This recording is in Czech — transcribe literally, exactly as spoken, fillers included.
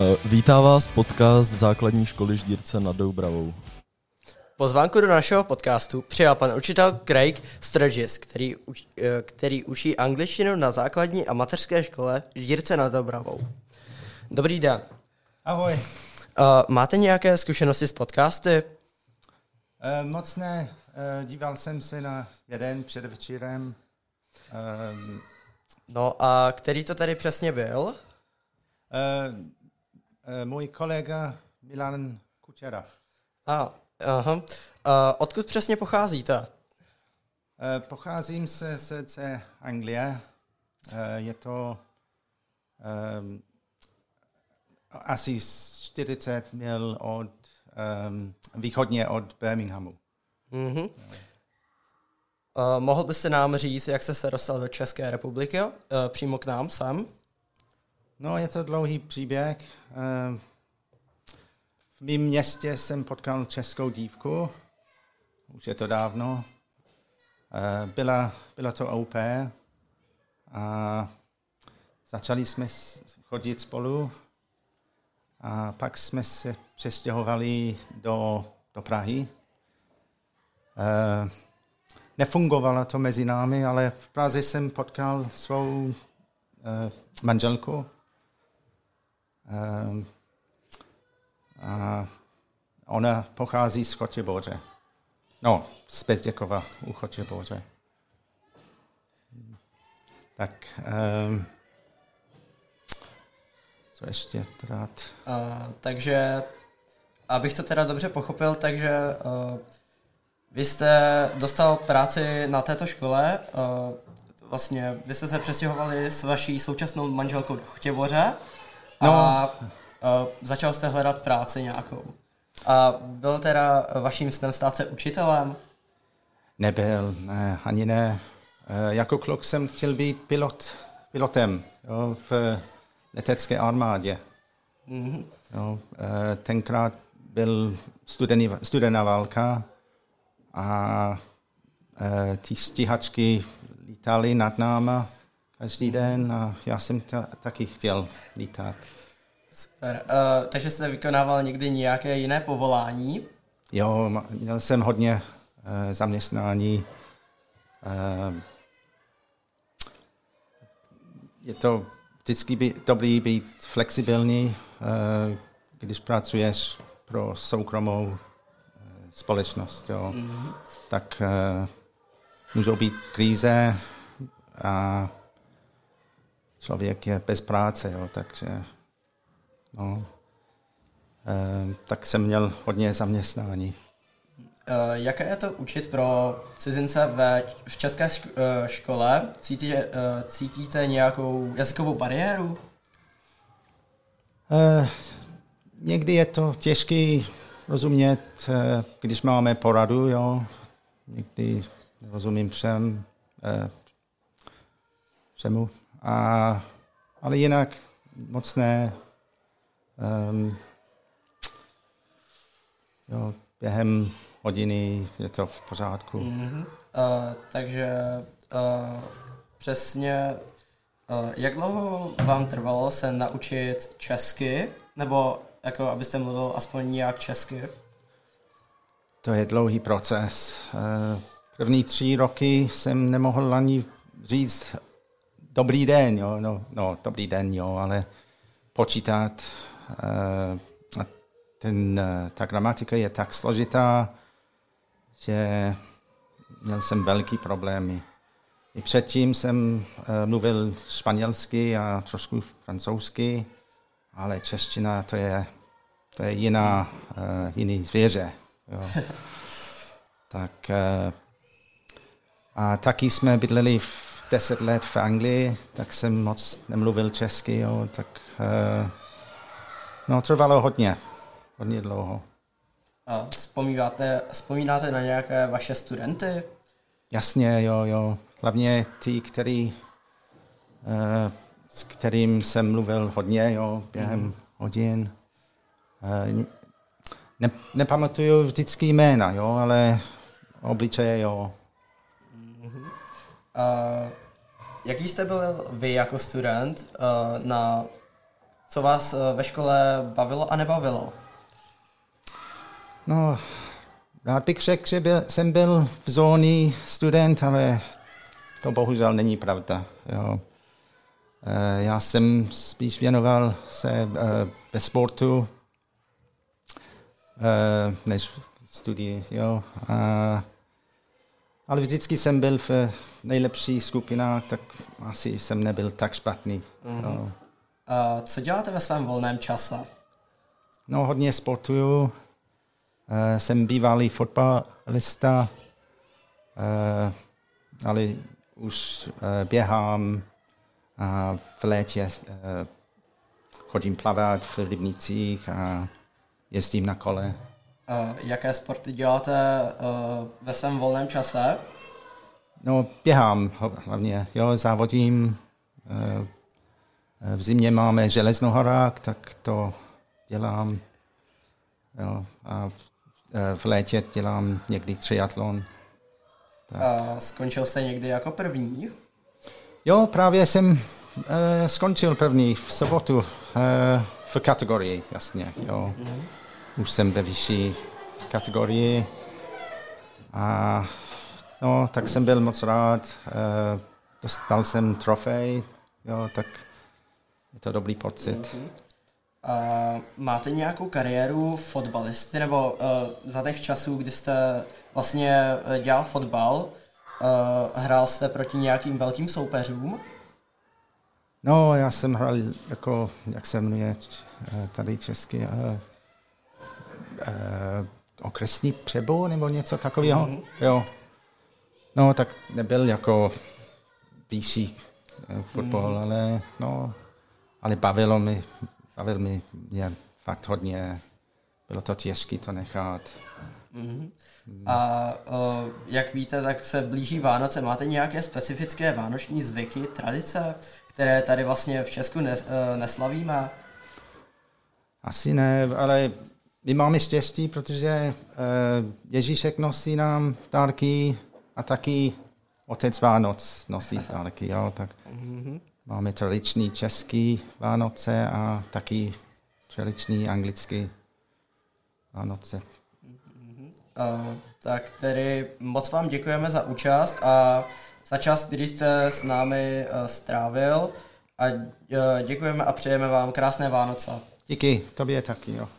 Vítá vás podcast Základní školy Ždírce nad Doubravou. Pozvánku do našeho podcastu přijal pan učitel Craig Sturgis, který, uč, který učí angličtinu na základní a mateřské škole Ždírce nad Doubravou. Dobrý den. Ahoj. Uh, máte nějaké zkušenosti s podcasty? Uh, moc ne. Uh, díval jsem se na jeden předevčírem. Um, no a který to tady přesně byl? Uh, uh, můj kolega Milan Kučera. A, aha. Uh, odkud přesně pocházíte? Uh, pocházím se z Anglie. Uh, je to um, asi čtyřicet mil od, um, východně od Birminghamu. Mm-hmm. Uh, mohl byste nám říct, jak jste se dostal do České republiky, uh, přímo k nám sem? No, je to dlouhý příběh. Uh, v mém městě jsem potkal českou dívku. Už je to dávno. Uh, byla, byla to au pair. A začali jsme chodit spolu. A pak jsme se přestěhovali do, do Prahy. Uh, nefungovalo to mezi námi, ale v Praze jsem potkal svou uh, manželku. Uh, a ona pochází z Chotěboře. No, z Bezděkova u Chotěboře. Tak... Um, Co ještě rád? Uh, takže, abych to teda dobře pochopil, takže uh, vy jste dostal práci na této škole, uh, vlastně vy jste se přestěhovali s vaší současnou manželkou do Chotěboře no. a uh, začal jste hledat práci nějakou. A byl teda vaším snem stát se učitelem? Nebyl, ne, ani ne. Uh, jako kluk jsem chtěl být pilot, pilotem, jo, v letecké armádě. Mm-hmm. Jo, tenkrát byl studený, studená válka a ty stíhačky lítaly nad náma každý den a já jsem ta, taky chtěl lítat. Super. Uh, takže jste vykonával někdy nějaké jiné povolání? Jo, měl jsem hodně uh, zaměstnání. Uh, je to vždycky by dobrý být flexibilní, když pracuješ pro soukromou společnost. Jo. Mm-hmm. Tak můžou být krize a člověk je bez práce. Jo, takže, no, tak jsem měl hodně zaměstnání. Uh, jaké je to učit pro cizince ve, v české ško- uh, škole? Cítíte, uh, cítíte nějakou jazykovou bariéru? Uh, někdy je to těžké rozumět, uh, když máme poradu, jo. Někdy rozumím všem, uh, všemu. A, ale jinak moc ne. Um, jo, během hodiny je to v pořádku. Mm-hmm. Uh, takže uh, přesně, uh, jak dlouho vám trvalo se naučit česky, nebo jako abyste mluvil aspoň nějak česky? To je dlouhý proces. Uh, první tři roky jsem nemohl ani říct dobrý den, jo, no, no dobrý den, jo, ale počítat. Uh, a ten, uh, ta gramatika je tak složitá, že měl jsem velký problémy. I předtím jsem uh, mluvil španělsky a trošku francouzsky, ale čeština to je, to je jiná, uh, jiný zvěře. Jo. Tak, uh, a taky jsme bydleli v deset let v Anglii, tak jsem moc nemluvil česky, jo, tak uh, no, trvalo hodně, hodně dlouho. A vzpomínáte, vzpomínáte na nějaké vaše studenty? Jasně, jo, jo. Hlavně ty, který, uh, s kterým jsem mluvil hodně, jo, během mm. hodin. Uh, ne, nepamatuju vždycky jména, jo, ale obličeje, jo. Mm-hmm. Uh, jaký jste byl vy jako student uh, na co vás ve škole bavilo a nebavilo? No, rád bych řekl, že byl, jsem byl vzorný student, ale to bohužel není pravda. Jo. Já jsem spíš věnoval se ve sportu než studii. Jo. Ale vždycky jsem byl v nejlepší skupinách, tak asi jsem nebyl tak špatný. Mm. A co děláte ve svém volném čase? No, hodně sportuju. Uh, jsem bývalý fotbalista, uh, ale už uh, běhám a v létě uh, chodím plavat v rybnicích a jezdím na kole. Uh, jaké sporty děláte uh, ve svém volném čase? No, běhám hlavně, jo, závodím. Uh, v zimě máme železnohorák, tak to dělám. Jo, a v létě dělám někdy triatlon. Tak. A skončil jste někdy jako první? Jo, právě jsem uh, skončil první v sobotu uh, v kategorii, jasně. Jo. Mm-hmm. Už jsem ve vyšší kategorii. A no, tak jsem byl moc rád. Uh, dostal jsem trofej, jo, tak je to dobrý pocit. Mm-hmm. Uh, máte nějakou kariéru fotbalisty, nebo uh, za těch časů, kdy jste vlastně dělal fotbal, uh, hrál jste proti nějakým velkým soupeřům? No, já jsem hrál jako, jak se jmenuje tady česky, uh, uh, okresní přebor nebo něco takového. Mm-hmm. Jo. No, tak nebyl jako píší uh, fotbal, mm-hmm. ale no, ale bavilo mi. Bavil mi mě fakt hodně, bylo to těžké to nechat. Mm-hmm. A o, jak víte, tak se blíží Vánoce. Máte nějaké specifické vánoční zvyky, tradice, které tady vlastně v Česku nes, neslavíme? Asi ne, ale my máme štěstí, protože Ježíšek nosí nám dárky a taky Otec Vánoc nosí dárky, jo, tak... Mm-hmm. Máme tradiční český Vánoce a taky tradiční anglický Vánoce. Uh, tak tedy moc vám děkujeme za účast a za čas, který jste s námi uh, strávil a uh, děkujeme a přejeme vám krásné Vánoce. Díky, tobě taky, jo.